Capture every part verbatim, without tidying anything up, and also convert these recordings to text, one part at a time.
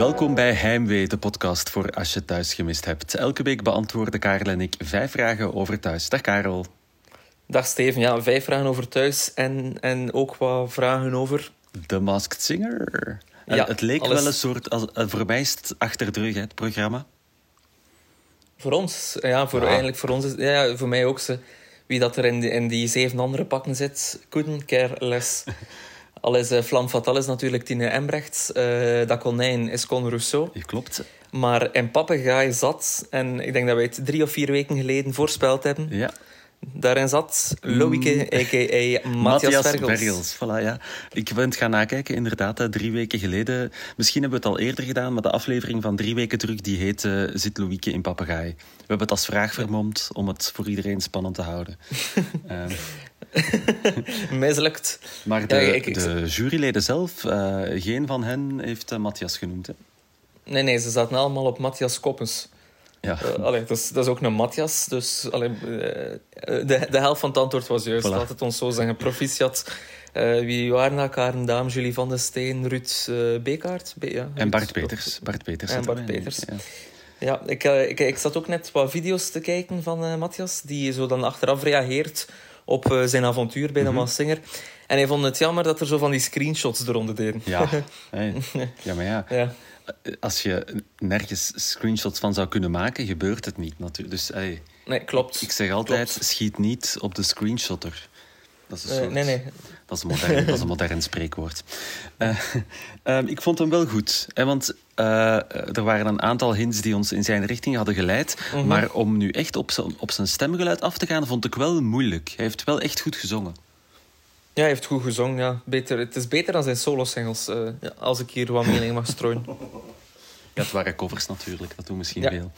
Welkom bij Heimwee, de podcast voor als je thuis gemist hebt. Elke week beantwoorden Karel en ik vijf vragen over thuis. Dag Karel. Dag Steven, ja, vijf vragen over thuis en, en ook wat vragen over... The Masked Singer. Ja, het leek alles... wel een soort... Als, voor mij is het achter de rug, hè, het programma. Voor ons, ja, voor, ja. eigenlijk voor ons, is, ja, voor mij ook. Ze, wie dat er in die, in die zeven andere pakken zit, couldn't care less. Al is uh, Flam Fatale is natuurlijk Tine Embrechts. Uh, dat konijn is Con Rousseau. Je klopt. Maar in Papegaai zat, en ik denk dat wij het drie of vier weken geleden voorspeld hebben... Ja. Daarin zat Loïke, a k a. Matthias Vergels. Vergels. Voilà, ja. Ik ben het gaan nakijken, inderdaad, drie weken geleden. Misschien hebben we het al eerder gedaan, maar de aflevering van drie weken terug, die heet uh, Zit Loïke in Papegaai. We hebben het als vraag vermomd om het voor iedereen spannend te houden. um. Mislukt. Maar de, ja, ik, ik... de juryleden zelf, uh, geen van hen heeft uh, Matthias genoemd, hè? Nee, nee, ze zaten allemaal op Matthias Koppens. Ja. Uh, allee, dat, is, dat is ook een Matthias, dus allee, uh, de, de helft van het antwoord was juist. Voilà. Laat het ons zo zeggen. Proficiat. Uh, wie waren dat? Karen Daam, Julie van den Steen, Ruud uh, Bekaert. Be- ja, en Bart Peters. Bart Peters. En Bart Peters. Ja, ja ik, uh, ik, ik zat ook net wat video's te kijken van uh, Matthias, die zo dan achteraf reageert op uh, zijn avontuur bij de mm-hmm. Masked Singer. En hij vond het jammer dat er zo van die screenshots eronder deden. Ja, hey. ja maar ja. ja. Als je nergens screenshots van zou kunnen maken, gebeurt het niet natuurlijk. Dus, hey, nee, klopt. Ik zeg altijd, klopt. Schiet niet op de screenshotter. Dat is een, soort, uh, nee, nee. Dat is een, modern, dat is een modern spreekwoord. Uh, uh, ik vond hem wel goed. Hè, want uh, er waren een aantal hints die ons in zijn richting hadden geleid. Mm-hmm. Maar om nu echt op zijn, op zijn stemgeluid af te gaan, vond ik wel moeilijk. Hij heeft wel echt goed gezongen. Ja, hij heeft goed gezongen, ja. Beter, het is beter dan zijn solo-singles, uh, ja, als ik hier wat mening mag strooien. Ja, het waren covers natuurlijk, dat doen misschien ja. veel.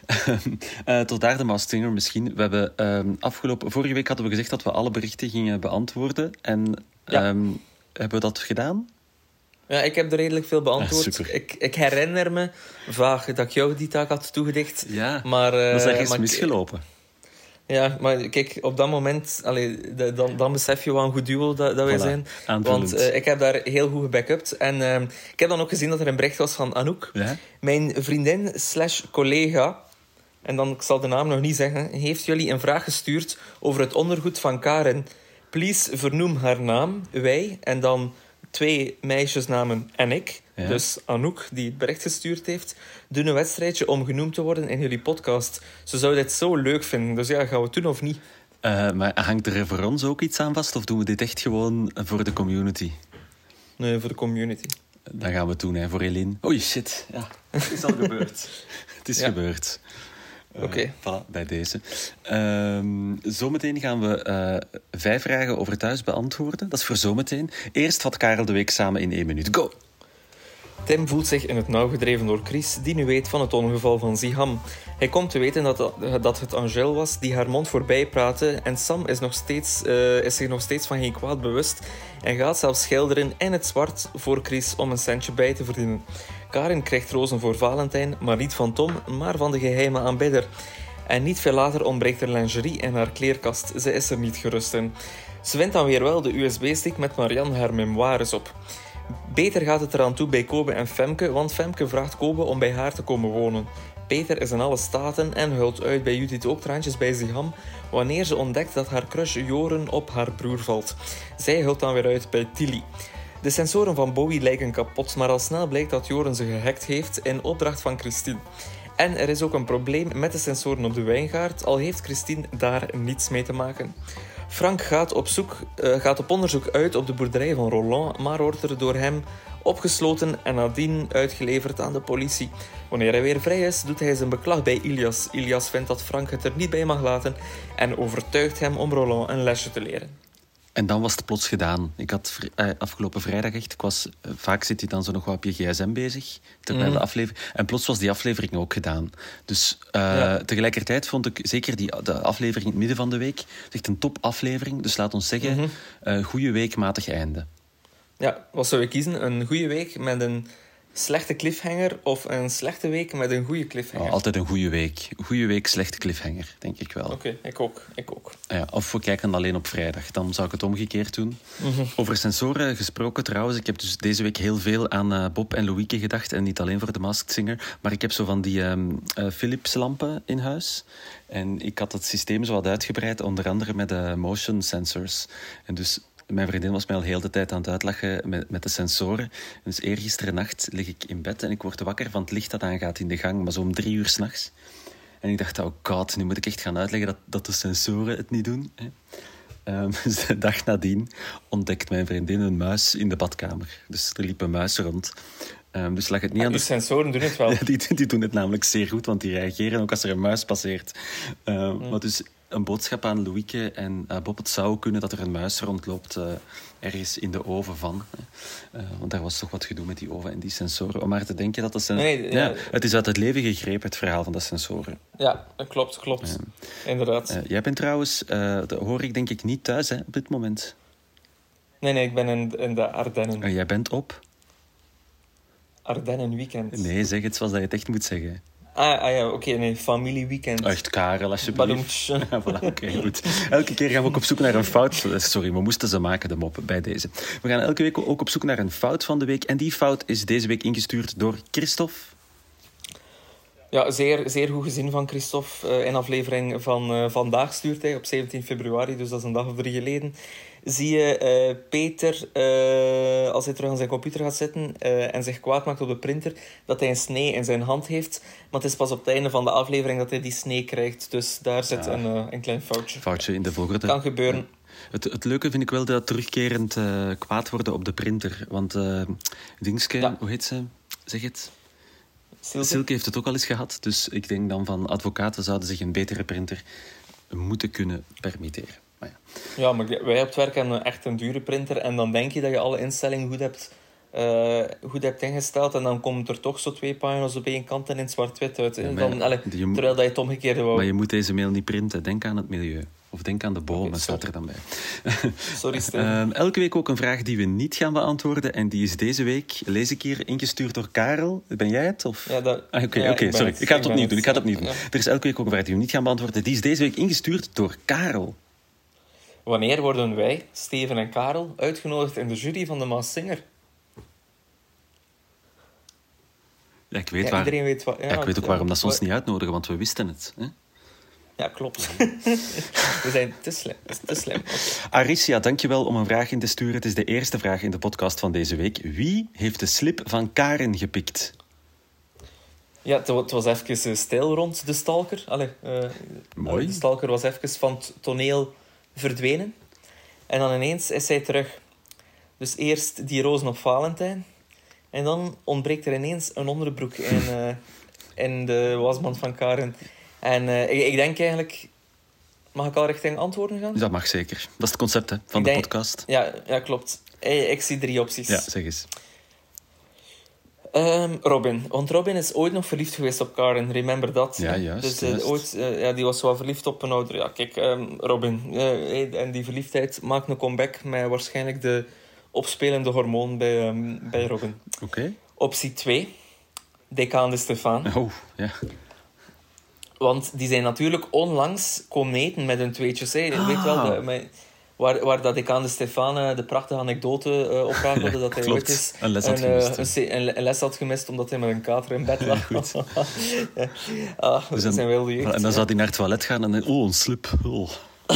uh, tot daar de Masked Singer misschien. We hebben um, afgelopen... Vorige week hadden we gezegd dat we alle berichten gingen beantwoorden. En ja. um, hebben we dat gedaan? Ja, ik heb er redelijk veel beantwoord. Ah, ik, ik herinner me vaag dat ik jou die taak had toegedicht. Ja, maar, uh, dat is ergens maar misgelopen. Ja, maar kijk, op dat moment... Allee, de, dan, dan besef je wat een goed duo dat, dat wij voilà, zijn. aanvullend. Want uh, ik heb daar heel goed gebackupt. En uh, ik heb dan ook gezien dat er een bericht was van Anouk. Ja? Mijn vriendin slash collega... En dan, ik zal de naam nog niet zeggen... Heeft jullie een vraag gestuurd over het ondergoed van Karen. Please vernoem haar naam, wij. En dan twee meisjesnamen en ik. Ja. Dus Anouk, die het bericht gestuurd heeft, doen een wedstrijdje om genoemd te worden in jullie podcast. Ze zou dit zo leuk vinden. Dus ja, gaan we het doen of niet? Uh, maar hangt er voor ons ook iets aan vast? Of doen we dit echt gewoon voor de community? Nee, voor de community. Dan gaan we het doen, hè, voor Eline. Oei, shit. Ja, het is al gebeurd. Het is ja. gebeurd. Uh, Oké. Okay. Voilà, bij deze. Uh, zometeen gaan we uh, vijf vragen over thuis beantwoorden. Dat is voor zometeen. Eerst had Karel de week samen in één minuut. Go! Tim voelt zich in het nauw gedreven door Chris, die nu weet van het ongeval van Ziham. Hij komt te weten dat, dat het Angèle was die haar mond voorbij praatte en Sam is, nog steeds, uh, is zich nog steeds van geen kwaad bewust en gaat zelfs schilderen in het zwart voor Chris om een centje bij te verdienen. Karin krijgt rozen voor Valentijn, maar niet van Tom, maar van de geheime aanbidder. En niet veel later ontbreekt er lingerie in haar kleerkast. Ze is er niet gerust in. Ze vindt dan weer wel de U S B-stick met Marianne haar memoires op. Beter gaat het eraan toe bij Kobe en Femke, want Femke vraagt Kobe om bij haar te komen wonen. Peter is in alle staten en hult uit bij Judith ook traantjes bij Ziham wanneer ze ontdekt dat haar crush Joren op haar broer valt. Zij hult dan weer uit bij Tilly. De sensoren van Bowie lijken kapot, maar al snel blijkt dat Joren ze gehackt heeft in opdracht van Christine. En er is ook een probleem met de sensoren op de wijngaard, al heeft Christine daar niets mee te maken. Frank gaat op, zoek, uh, gaat op onderzoek uit op de boerderij van Roland, maar wordt er door hem opgesloten en nadien uitgeleverd aan de politie. Wanneer hij weer vrij is, doet hij zijn beklag bij Ilias. Ilias vindt dat Frank het er niet bij mag laten en overtuigt hem om Roland een lesje te leren. En dan was het plots gedaan. Ik had vri- eh, afgelopen vrijdag echt... Ik was, uh, vaak zit hij dan zo nog wat op je gsm bezig, terwijl mm. de aflevering... En plots was die aflevering ook gedaan. Dus uh, ja. tegelijkertijd vond ik zeker die, de aflevering in het midden van de week... echt een topaflevering. Dus laat ons zeggen, mm-hmm. uh, goede week, matig einde. Ja, wat zou je kiezen? Een goede week met een slechte cliffhanger of een slechte week met een goede cliffhanger? Oh, altijd een goede week. Goede week, slechte cliffhanger, denk ik wel. Oké, okay, ik ook. Ik ook. Ja, of we kijken alleen op vrijdag. Dan zou ik het omgekeerd doen. Mm-hmm. Over sensoren gesproken trouwens. Ik heb dus deze week heel veel aan uh, Bob en Louieke gedacht. En niet alleen voor The Masked Singer. Maar ik heb zo van die um, uh, Philips lampen in huis. En ik had het systeem zo wat uitgebreid. Onder andere met uh, motion sensors. En dus... Mijn vriendin was mij al heel de tijd aan het uitlachen met, met de sensoren. Dus eergisteren nacht lig ik in bed en ik word wakker van het licht dat aangaat in de gang, maar zo om drie uur 's nachts. En ik dacht, oh god, nu moet ik echt gaan uitleggen dat, dat de sensoren het niet doen. Hè. Um, dus de dag nadien ontdekt mijn vriendin een muis in de badkamer. Dus er liep een muis rond. Um, dus lag het niet ah, aan de... De sensoren doen het wel. Ja, die, die doen het namelijk zeer goed, want die reageren ook als er een muis passeert. Um, hmm. Maar dus... Een boodschap aan Louieke en uh, Bob. Het zou kunnen dat er een muis rondloopt uh, ergens in de oven van. Uh, want daar was toch wat gedoe met die oven en die sensoren. Om maar te denken dat de sensoren... Nee, ja, ja, het is uit het leven gegrepen, het verhaal van de sensoren. Ja, dat klopt, klopt. Uh, Inderdaad. Uh, jij bent trouwens, uh, dat hoor ik denk ik niet thuis hè, op dit moment. Nee, nee, ik ben in, in de Ardennen. Uh, jij bent op? Ardennen weekend. Nee, zeg het zoals dat je het echt moet zeggen. Ah, ah ja, oké, okay, nee, familieweekend. Echt, Karel, alsjeblieft. Ja, voilà, oké, okay, goed. Elke keer gaan we ook op zoek naar een fout. Sorry, we moesten ze maken, de mop, bij deze. We gaan elke week ook op zoek naar een fout van de week. En die fout is deze week ingestuurd door Christophe. Ja, zeer, zeer goed gezien van Christophe. Uh, in aflevering van uh, vandaag stuurt hij, op zeventien februari, dus dat is een dag of drie geleden. Zie je uh, Peter, uh, als hij terug aan zijn computer gaat zitten uh, en zich kwaad maakt op de printer, dat hij een snee in zijn hand heeft. Maar het is pas op het einde van de aflevering dat hij die snee krijgt. Dus daar zit ja. een, uh, een klein foutje. Foutje in de volgorde. Kan gebeuren. Ja. Het, het leuke vind ik wel dat terugkerend uh, kwaad worden op de printer. Want uh, Dingske, ja. hoe heet ze? Zeg het. Silke. Silke heeft het ook al eens gehad. Dus ik denk dan van advocaten zouden zich een betere printer moeten kunnen permitteren. Maar ja. ja, maar wij op het werk hebben echt een dure printer. En dan denk je dat je alle instellingen goed hebt, uh, goed hebt ingesteld. En dan komt er toch zo twee pagina's op één kant en in zwart-wit uit. Ja, dan, allee, je terwijl moet, dat je het omgekeerde wou. Maar je moet deze mail niet printen. Denk aan het milieu. Of denk aan de bomen, okay, staat er dan bij. Sorry, Steven. uh, elke week ook een vraag die we niet gaan beantwoorden. En die is deze week, lees ik hier, ingestuurd door Karel. Ben jij het? Of? Ja, dat... Ah, Oké, okay, ja, okay, sorry. Het. Ik ga het opnieuw doen. Ik ga het opnieuw doen. Ja. Er is elke week ook een vraag die we niet gaan beantwoorden. Die is deze week ingestuurd door Karel. Wanneer worden wij, Steven en Karel, uitgenodigd in de jury van de Masked Singer? Ja, ik weet, ja, waar... iedereen weet wat... Ja, ja, ik weet ook ja, waarom dat ze ons niet uitnodigen, want we wisten het. Hè? Ja, klopt. We zijn te slim. Te slim. Okay. Aricia, dankjewel om een vraag in te sturen. Het is de eerste vraag in de podcast van deze week. Wie heeft de slip van Karen gepikt? Ja, het was even stil rond de stalker. Allee, uh, Mooi. De stalker was even van het toneel verdwenen. En dan ineens is hij terug. Dus eerst die rozen op Valentijn. En dan ontbreekt er ineens een onderbroek in, uh, in de wasmand van Karen. En uh, ik, ik denk eigenlijk... Mag ik al richting antwoorden gaan? Dat mag zeker. Dat is het concept hè, van ik de denk, podcast. Ja, ja, klopt. Ik, ik zie drie opties. Ja, zeg eens. Um, Robin. Want Robin is ooit nog verliefd geweest op Karen. Remember dat? Ja, juist. Dus uh, juist. ooit, uh, ja, die was wel verliefd op een ouder. Ja, kijk, um, Robin. Uh, en die verliefdheid maakt een comeback met waarschijnlijk de opspelende hormoon bij, um, bij Robin. Oké. Okay. Optie twee. Decaan de Stefaan. Oh, ja. Want die zijn natuurlijk onlangs komen eten met hun tweetjes. Hè. Ah. Weet wel, de, met, waar, waar dat Decaan de Stefaan de prachtige anecdote uh, oprakelde ja, dat hij ooit is een les, had een, gemist, uh, een, een les had gemist omdat hij met een kater in bed lag. Ja, ja. ah, dus dat zijn wel jeugd, en dan ja. zou hij naar het toilet gaan en dan... Oh, een slip. Oh.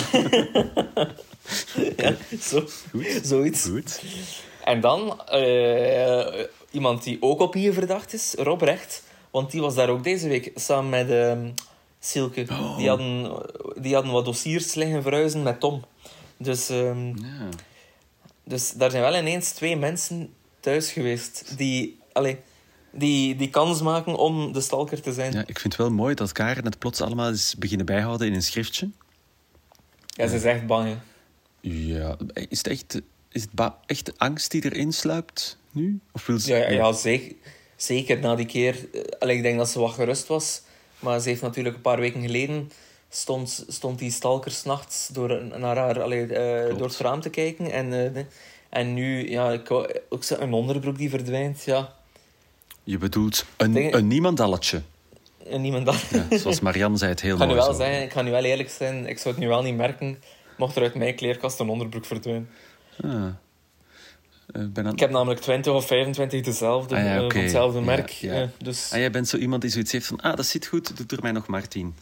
Ja, zo, goed. Zoiets. Goed. En dan uh, iemand die ook op hier verdacht is, Rob Recht. Want die was daar ook deze week samen met uh, Silke. Oh. Die, hadden, die hadden wat dossiers liggen verhuizen met Tom. Dus, um, ja. dus daar zijn wel ineens twee mensen thuis geweest die, allee, die, die kans maken om de stalker te zijn. Ja, ik vind het wel mooi dat Karen het plots allemaal is beginnen bijhouden in een schriftje. Ja, ze is echt bang, hè. Ja, is het echt, is het ba- echt angst die erin sluipt nu? Of wil ze... Ja, ja, ja zeker, zeker na die keer. Allee, ik denk dat ze wat gerust was. Maar ze heeft natuurlijk een paar weken geleden... Stond, stond die stalker 's nachts door, naar haar, allee, uh, door het raam te kijken. En, uh, en nu, ja, ik, ook een onderbroek die verdwijnt, ja. Je bedoelt een, Denk- een niemandalletje. En niemand dat... Ja, zoals Marianne zei het heel Ik ga nu mooi wel zo. zeggen, ik ga nu wel eerlijk zijn, ik zou het nu wel niet merken mocht er uit mijn kleerkast een onderbroek verdwijnen. Ah. Uh, ben aan... Ik heb namelijk twintig of vijfentwintig dezelfde, ah, ja, uh, okay. van hetzelfde ja, merk. Ja. Uh, dus... Ah, jij bent zo iemand die zoiets heeft van, ah, dat zit goed, doe er mij nog maar tien.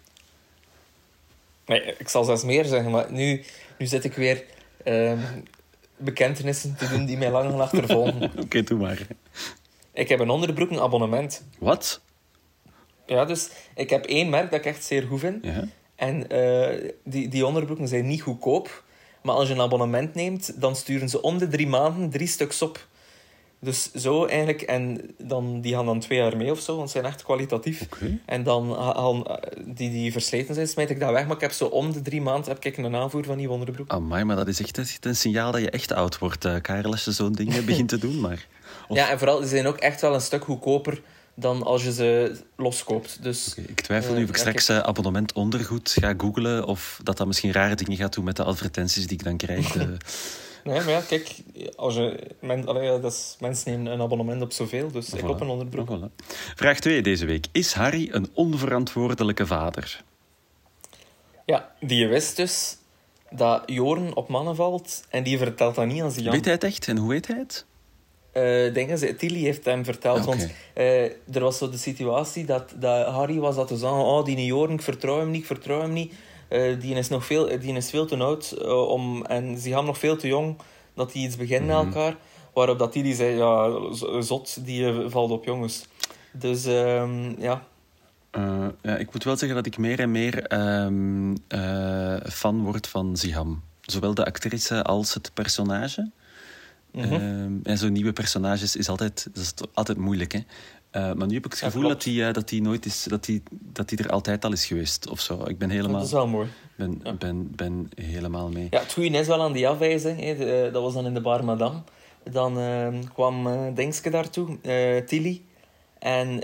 Nee, ik zal zelfs meer zeggen, maar nu, nu zit ik weer uh, bekentenissen te doen die mij lang gaan achtervolgen. Oké, okay, doe maar. Ik heb een onderbroek, een abonnement. Wat? Ja, dus ik heb één merk dat ik echt zeer goed vind. Ja. En uh, die, die onderbroeken zijn niet goedkoop. Maar als je een abonnement neemt, dan sturen ze om de drie maanden drie stuks op. Dus zo eigenlijk. En dan, die gaan dan twee jaar mee of zo, want ze zijn echt kwalitatief. Okay. En dan gaan die die versleten zijn, smijt ik dat weg. Maar ik heb zo om de drie maanden heb ik een aanvoer van die onderbroek. Amai, maar dat is echt een signaal dat je echt oud wordt, uh, Karel, als je zo'n ding begint te doen. Maar... Of... Ja, en vooral, ze zijn ook echt wel een stuk goedkoper dan als je ze loskoopt. Dus, okay, ik twijfel nu of ik uh, straks uh, abonnement ondergoed ga googlen of dat dat misschien rare dingen gaat doen met de advertenties die ik dan krijg. De... Nee, maar ja, kijk, als je, men, allee, dat is, mensen nemen een abonnement op zoveel, dus voilà. Ik koop een onderbroek. Oh, voilà. Vraag twee deze week. Is Harry een onverantwoordelijke vader? Ja, die wist dus dat Joren op mannen valt en die vertelt dat niet aan zijn Jan. Weet hij het echt en hoe weet hij het? Uh, dingen ze, Tilly heeft hem verteld, okay. want uh, er was zo de situatie dat, dat Harry was dat te zeggen, oh, die Joren, ik vertrouw hem niet, ik vertrouw hem niet. Uh, die, is nog veel, die is veel te oud uh, om, en ze gaan nog veel te jong dat die iets beginnen mm-hmm. met elkaar. Waarop dat Tilly zei, ja, zot, die uh, valt op jongens. Dus, uh, ja... Uh, ja, ik moet wel zeggen dat ik meer en meer um, uh, fan word van Ziham. Zowel de actrice als het personage. Mm-hmm. Um, en zo'n nieuwe personages is altijd, dat is altijd moeilijk, hè. Uh, maar nu heb ik het gevoel ja, dat hij uh, dat die nooit is, dat die, dat die er altijd al is geweest of zo. Ik ben helemaal. Dat is wel mooi. Ben, ja. ben, ben helemaal mee. Ja, het goede is wel aan die afwijzing. Hè. De, dat was dan in de Bar Madame. Dan uh, kwam uh, Dingske daartoe, uh, Tilly. En,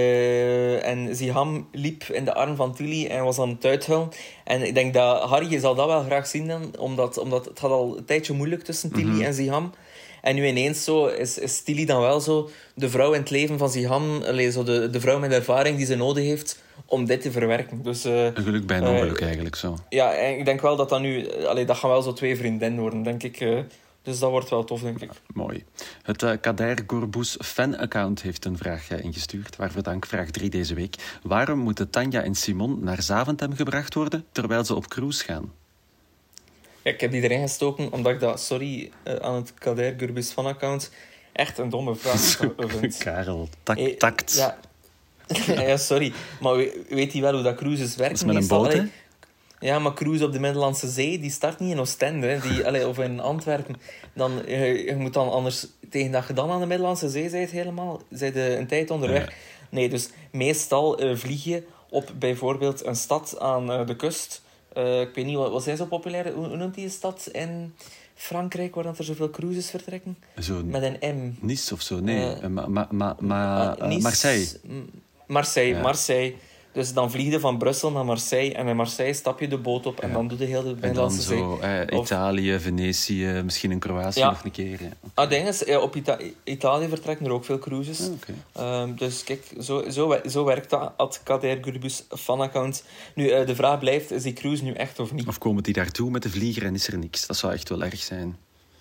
uh, en Ziham liep in de arm van Tilly en was aan het uithuilen. En ik denk dat Harry zal dat wel graag zien dan, omdat, omdat het gaat al een tijdje moeilijk tussen Tilly mm-hmm. en Ziham. En nu ineens zo is, is Tilly dan wel zo de vrouw in het leven van Ziham, allee, zo de, de vrouw met de ervaring die ze nodig heeft om dit te verwerken. Dus, uh, een geluk bij een ongeluk uh, eigenlijk zo. Ja, en ik denk wel dat dat nu, allee, dat gaan wel zo twee vriendinnen worden, denk ik. Uh, dus dat wordt wel tof, denk ik. Ja, mooi. Het uh, Kader Gourboes fan-account heeft een vraag uh, ingestuurd. Waarvoor dank, vraag drie deze week. Waarom moeten Tanja en Simon naar Zaventem gebracht worden terwijl ze op cruise gaan? Ja, ik heb die erin gestoken omdat ik dat, sorry, uh, aan het Kader Gourboes fan-account echt een domme vraag vind. Karel, tak, hey, takt. Ja. ja, sorry. Maar weet je wel hoe dat cruises werken? Dat is met een boot, hè? Ja, maar cruise op de Middellandse Zee, die start niet in Oostende, die, allez, of in Antwerpen. Dan, je, je moet dan anders, tegen dat je dan aan de Middellandse Zee bent helemaal, zijn je een tijd onderweg. Ja. Nee, dus meestal uh, vlieg je op bijvoorbeeld een stad aan uh, de kust. Uh, ik weet niet, wat, wat zijn zo populair? Hoe, hoe noemt die stad in Frankrijk, waar dat er zoveel cruises vertrekken? Zo, met een M. Nice of zo, nee. Uh, ma, ma, ma, ma, uh, nice, Marseille. Marseille, ja. Marseille. Dus dan vlieg je van Brussel naar Marseille en in Marseille stap je de boot op en ja. dan doe je heel de Middellandse Zee. En dan zo, eh, Italië, of... Venetië, misschien in Kroatië ja. nog een keer. Ja. Okay. Ah, ding is, ja, op Ita- Italië vertrekken er ook veel cruises. Ah, okay. um, dus kijk, zo, zo, zo werkt dat, at Kader Gourboes fanaccount. Nu, uh, de vraag blijft, is die cruise nu echt of niet? Of komen die daartoe met de vlieger en is er niks? Dat zou echt wel erg zijn.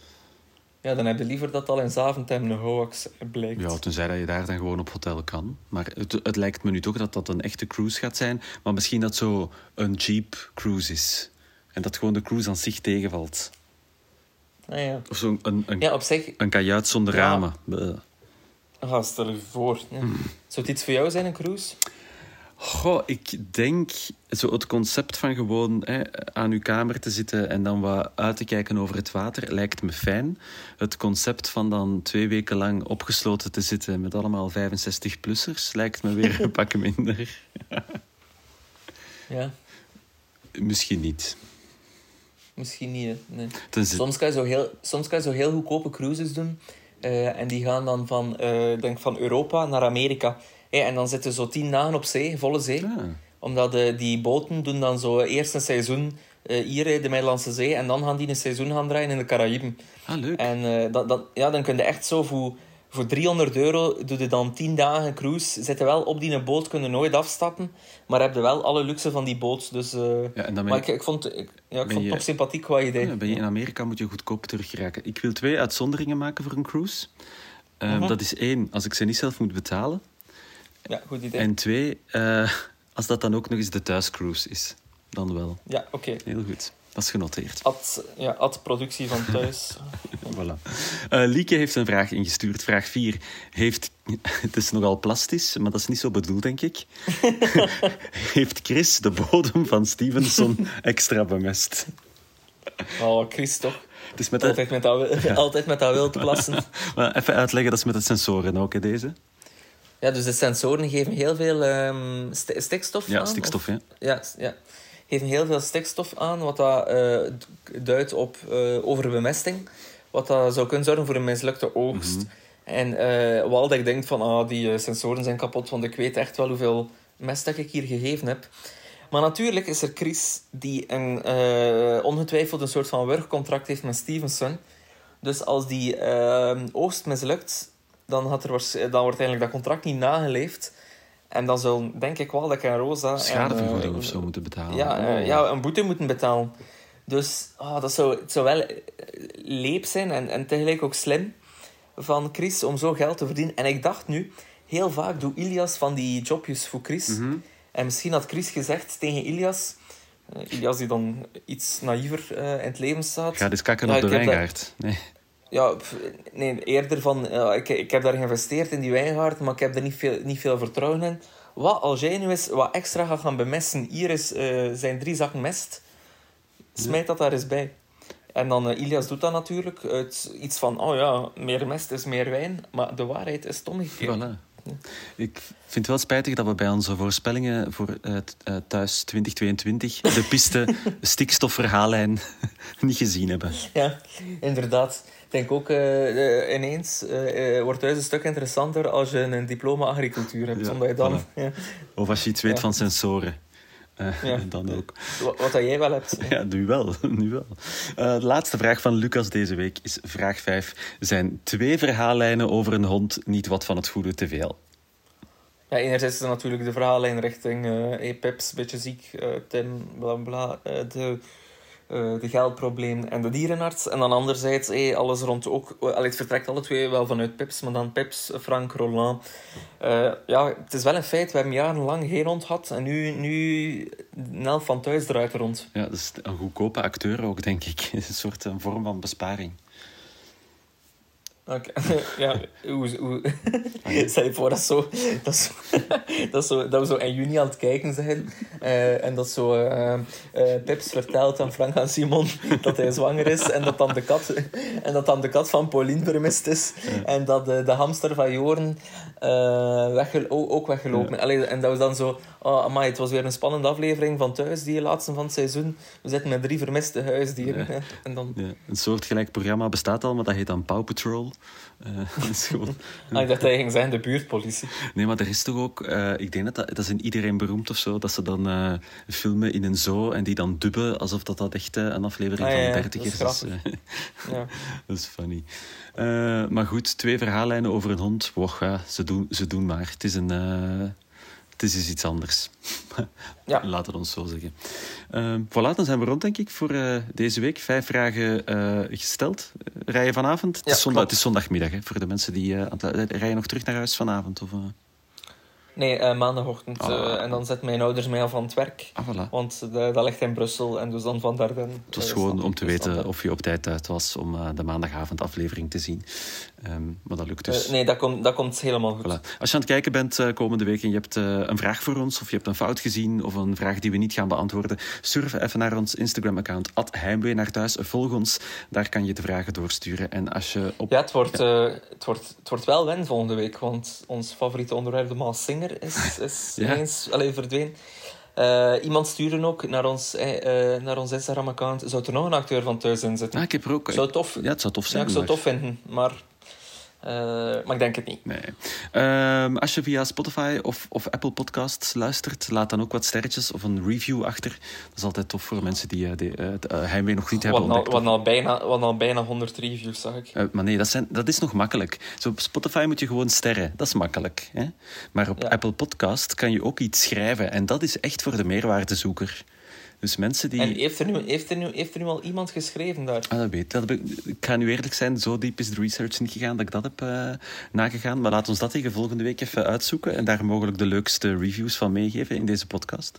Ja, dan heb je liever dat al in Zaventem een hoax blijkt. Ja, tenzij dat je daar dan gewoon op hotel kan. Maar het, het lijkt me nu toch dat dat een echte cruise gaat zijn. Maar misschien dat zo een Jeep cruise is. En dat gewoon de cruise aan zich tegenvalt. Ah, ja. Of zo een, een, ja, op zich... een kajuit zonder ja. ramen. Bleh. Ah, stel je voor. Ja. Hmm. Zou het iets voor jou zijn, een cruise? Goh, ik denk zo het concept van gewoon hè, aan uw kamer te zitten en dan wat uit te kijken over het water lijkt me fijn. Het concept van dan twee weken lang opgesloten te zitten met allemaal vijfenzestig-plussers lijkt me weer een pak minder. Ja. Misschien niet. Misschien niet, nee. Tenzij... Soms kan je zo heel, soms kan je zo heel goedkope cruises doen uh, en die gaan dan van, uh, denk van Europa naar Amerika. Hey, en dan zitten zo tien dagen op zee, volle zee. Ah. Omdat uh, die boten doen dan zo eerst een seizoen uh, hier in de Middellandse Zee en dan gaan die een seizoen gaan draaien in de Caraïben. Ah, leuk. En uh, dat, dat, ja, dan kun je echt zo voor, voor driehonderd euro doe je dan tien dagen cruise. Zitten wel op die boot, kunnen nooit afstappen. Maar heb je wel alle luxe van die boot. Dus, uh, ja, en dan maar je, ik, ik vond, ik, ja, ik vond je, het toch sympathiek wat idee. Ja, ben je in Amerika, moet je goedkoop teruggeraken. Ik wil twee uitzonderingen maken voor een cruise. Um, uh-huh. Dat is één, als ik ze niet zelf moet betalen. Ja, goed idee. En twee, uh, als dat dan ook nog eens de thuiscruise is. Dan wel. Ja, oké. Okay. Heel goed. Dat is genoteerd. Ad, ja, ad productie van thuis. Voilà. Uh, Lieke heeft een vraag ingestuurd. Vraag vier. Heeft... Het is nogal plastisch, maar dat is niet zo bedoeld, denk ik. Heeft Chris de bodem van Stevenson extra bemest? Oh, Chris toch? Het is met altijd, de... met dat, ja. altijd met dat wild plassen. Maar even uitleggen, dat is met de sensoren ook, hè, deze? Ja, dus de sensoren geven heel veel um, st- stikstof ja, aan. Stikstof, of... ja. ja, ja. Geven heel veel stikstof aan, wat dat uh, duidt op uh, overbemesting. Wat dat zou kunnen zorgen voor een mislukte oogst. Mm-hmm. En uh, wel dat ik denk van, ah, die uh, sensoren zijn kapot, want ik weet echt wel hoeveel mest dat ik hier gegeven heb. Maar natuurlijk is er Chris die een, uh, ongetwijfeld een soort van werkcontract heeft met Stevenson. Dus als die uh, oogst mislukt, dan, had er waars- dan wordt eigenlijk dat contract niet nageleefd. En dan zal, denk ik wel, dat ik en Rosa... Schadevergoeding uh, of zo moeten betalen. Ja, uh, oh. ja, een boete moeten betalen. Dus oh, dat zou, het zou wel leep zijn en, en tegelijk ook slim van Chris om zo geld te verdienen. En ik dacht nu, heel vaak doe Ilias van die jobjes voor Chris. Mm-hmm. En misschien had Chris gezegd tegen Ilias... Uh, Ilias die dan iets naïver uh, in het leven staat... Ga eens kakken ja, op de wijngaard. Dat... Nee. Ja, nee, eerder van... Uh, ik, ik heb daar geïnvesteerd in die wijngaard, maar ik heb er niet veel, niet veel vertrouwen in. Wat als jij nu eens wat extra gaat gaan bemesten... Hier is, uh, zijn drie zakken mest. Smijt ja. dat daar eens bij. En dan uh, Ilias doet dat natuurlijk uit iets van... Oh ja, meer mest is meer wijn. Maar de waarheid is het omgekeerd. Voilà. Ja. Ik vind het wel spijtig dat we bij onze voorspellingen voor uh, uh, thuis twintig tweeëntwintig de piste stikstofverhaallijn niet gezien hebben. Ja, inderdaad. Ik denk ook uh, uh, ineens uh, uh, wordt thuis een stuk interessanter als je een diploma agricultuur hebt. Ja, omdat je dan, voilà. ja. Of als je iets weet ja. van sensoren. Uh, ja. Dan ook. Wat, wat dat jij wel hebt. Ja, nu wel. Nu wel. Uh, de laatste vraag van Lucas deze week is vraag vijf. Zijn twee verhaallijnen over een hond niet wat van het goede te veel? Ja, enerzijds is er natuurlijk de verhaallijn richting uh, hey, Pips, beetje ziek, uh, Tim, bla bla, uh, de, uh, de geldprobleem en de dierenarts. En dan anderzijds hey, alles rond ook... Uh, allee, het vertrekt alle twee wel vanuit Pips, maar dan Pips, Frank, Roland. Uh, ja, het is wel een feit, we hebben jarenlang geen hond gehad en nu, nu Nel van thuis draait er rond. Ja, dat is een goedkope acteur ook, denk ik. Een soort een vorm van besparing. Oké, okay. Ja, hoe... hoe stel je voor, dat, zo, dat, zo, dat, zo, dat we zo in juni aan het kijken zijn uh, en dat zo uh, uh, Pips vertelt aan Frank en Simon dat hij zwanger is en dat dan de kat, en dat dan de kat van Pauline vermist is ja. En dat de, de hamster van Joren uh, weggel- ook weggelopen. Ja. Allee, en dat was dan zo... Oh, amai, het was weer een spannende aflevering van Thuis, die laatste van het seizoen. We zitten met drie vermiste huisdieren. Ja. En dan... ja. Een soortgelijk programma bestaat al, maar dat heet dan Paw Patrol. Uh, dat is gewoon... ah, ik dacht dat hij ging zijn, de buurtpolitie. Nee, maar er is toch ook... Uh, ik denk dat dat... Dat is in Iedereen Beroemd of zo, dat ze dan uh, filmen in een zoo en die dan dubben alsof dat, dat echt uh, een aflevering ah, van dertig is. Dat is, is uh, ja. Dat is funny. Uh, maar goed, twee verhaallijnen over een hond. Woch, ja, ze, doen, ze doen maar. Het is een... Uh, Het is dus iets anders. Ja. Laten we ons zo zeggen. Uh, voilà, dan zijn we rond, denk ik, voor uh, deze week. Vijf vragen uh, gesteld. Uh, rij je vanavond? Ja, het, is zondag, het is zondagmiddag, hè, voor de mensen die... Uh, rij je nog terug naar huis vanavond? Of, uh... Nee, uh, maandagochtend. Ah. Uh, en dan zetten mijn ouders mij af van het werk. Ah, voilà. Want uh, dat ligt in Brussel. En dus dan vandaar dan... Het was uh, gewoon om te weten standaard. Of je op tijd uit was om uh, de maandagavond aflevering te zien. Um, maar dat lukt dus. Uh, nee, dat, kom, dat komt helemaal goed. Voilà. Als je aan het kijken bent uh, komende week en je hebt uh, een vraag voor ons, of je hebt een fout gezien, of een vraag die we niet gaan beantwoorden, surf even naar ons Instagram-account, at Heimwee naar thuis. Volg ons, daar kan je de vragen doorsturen. En als je op... Ja, het wordt, ja. Uh, het, wordt, het wordt wel win volgende week, want ons favoriete onderwerp, de Maas Singer, is, is ja. ineens allee, verdwenen. Uh, iemand stuurde ook naar ons, eh, uh, naar ons Instagram-account. Zou er nog een acteur van thuis in zitten? Ah, ik heb er ook... Zou tof, ja, het zou tof zijn. Ja, ik zou het tof vinden, maar... maar ik denk het niet. Nee. Um, als je via Spotify of, of Apple Podcasts luistert, laat dan ook wat sterretjes of een review achter. Dat is altijd tof voor mensen die het uh, uh, uh, heimwee nog niet hebben wat ontdekt. Al, wat, al bijna, wat al bijna honderd reviews, zag ik. Uh, maar nee, dat, zijn, dat is nog makkelijk. Zo op Spotify moet je gewoon sterren. Dat is makkelijk. Hè? Maar op ja. Apple Podcast kan je ook iets schrijven. En dat is echt voor de meerwaardezoeker. Dus mensen die... En heeft er, nu, heeft, er nu, heeft er nu al iemand geschreven daar? Ah, dat weet dat ik. Ik ga nu eerlijk zijn, zo diep is de research niet gegaan dat ik dat heb uh, nagegaan. Maar laat ons dat tegen volgende week even uitzoeken en daar mogelijk de leukste reviews van meegeven in deze podcast.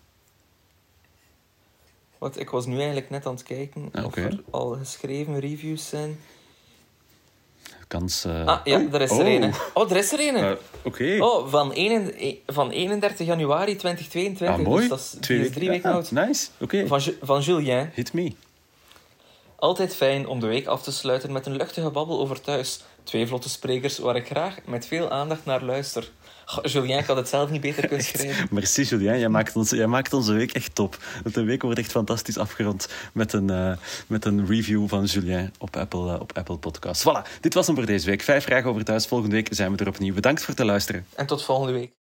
Wat, ik was nu eigenlijk net aan het kijken ah, okay. of er al geschreven reviews zijn. Kans... Uh... Ah, ja, oh. er is er een. Oh, er is er een. Uh, Oké. Okay. Oh, van, een, van eenendertig januari tweeduizend tweeëntwintig. Ah, mooi. Dus dat is, Twee is drie weken ah, oud. Nice, oké. Okay. Van, van Julien. Hit me. Altijd fijn om de week af te sluiten met een luchtige babbel over thuis. Twee vlotte sprekers waar ik graag met veel aandacht naar luister. Goh, Julien, ik had het zelf niet beter kunnen schrijven. Merci Julien, jij maakt, ons, jij maakt onze week echt top. De week wordt echt fantastisch afgerond met een, uh, met een review van Julien op Apple, uh, op Apple Podcasts. Voilà, dit was hem voor deze week. Vijf vragen over thuis. Volgende week zijn we er opnieuw. Bedankt voor het luisteren. En tot volgende week.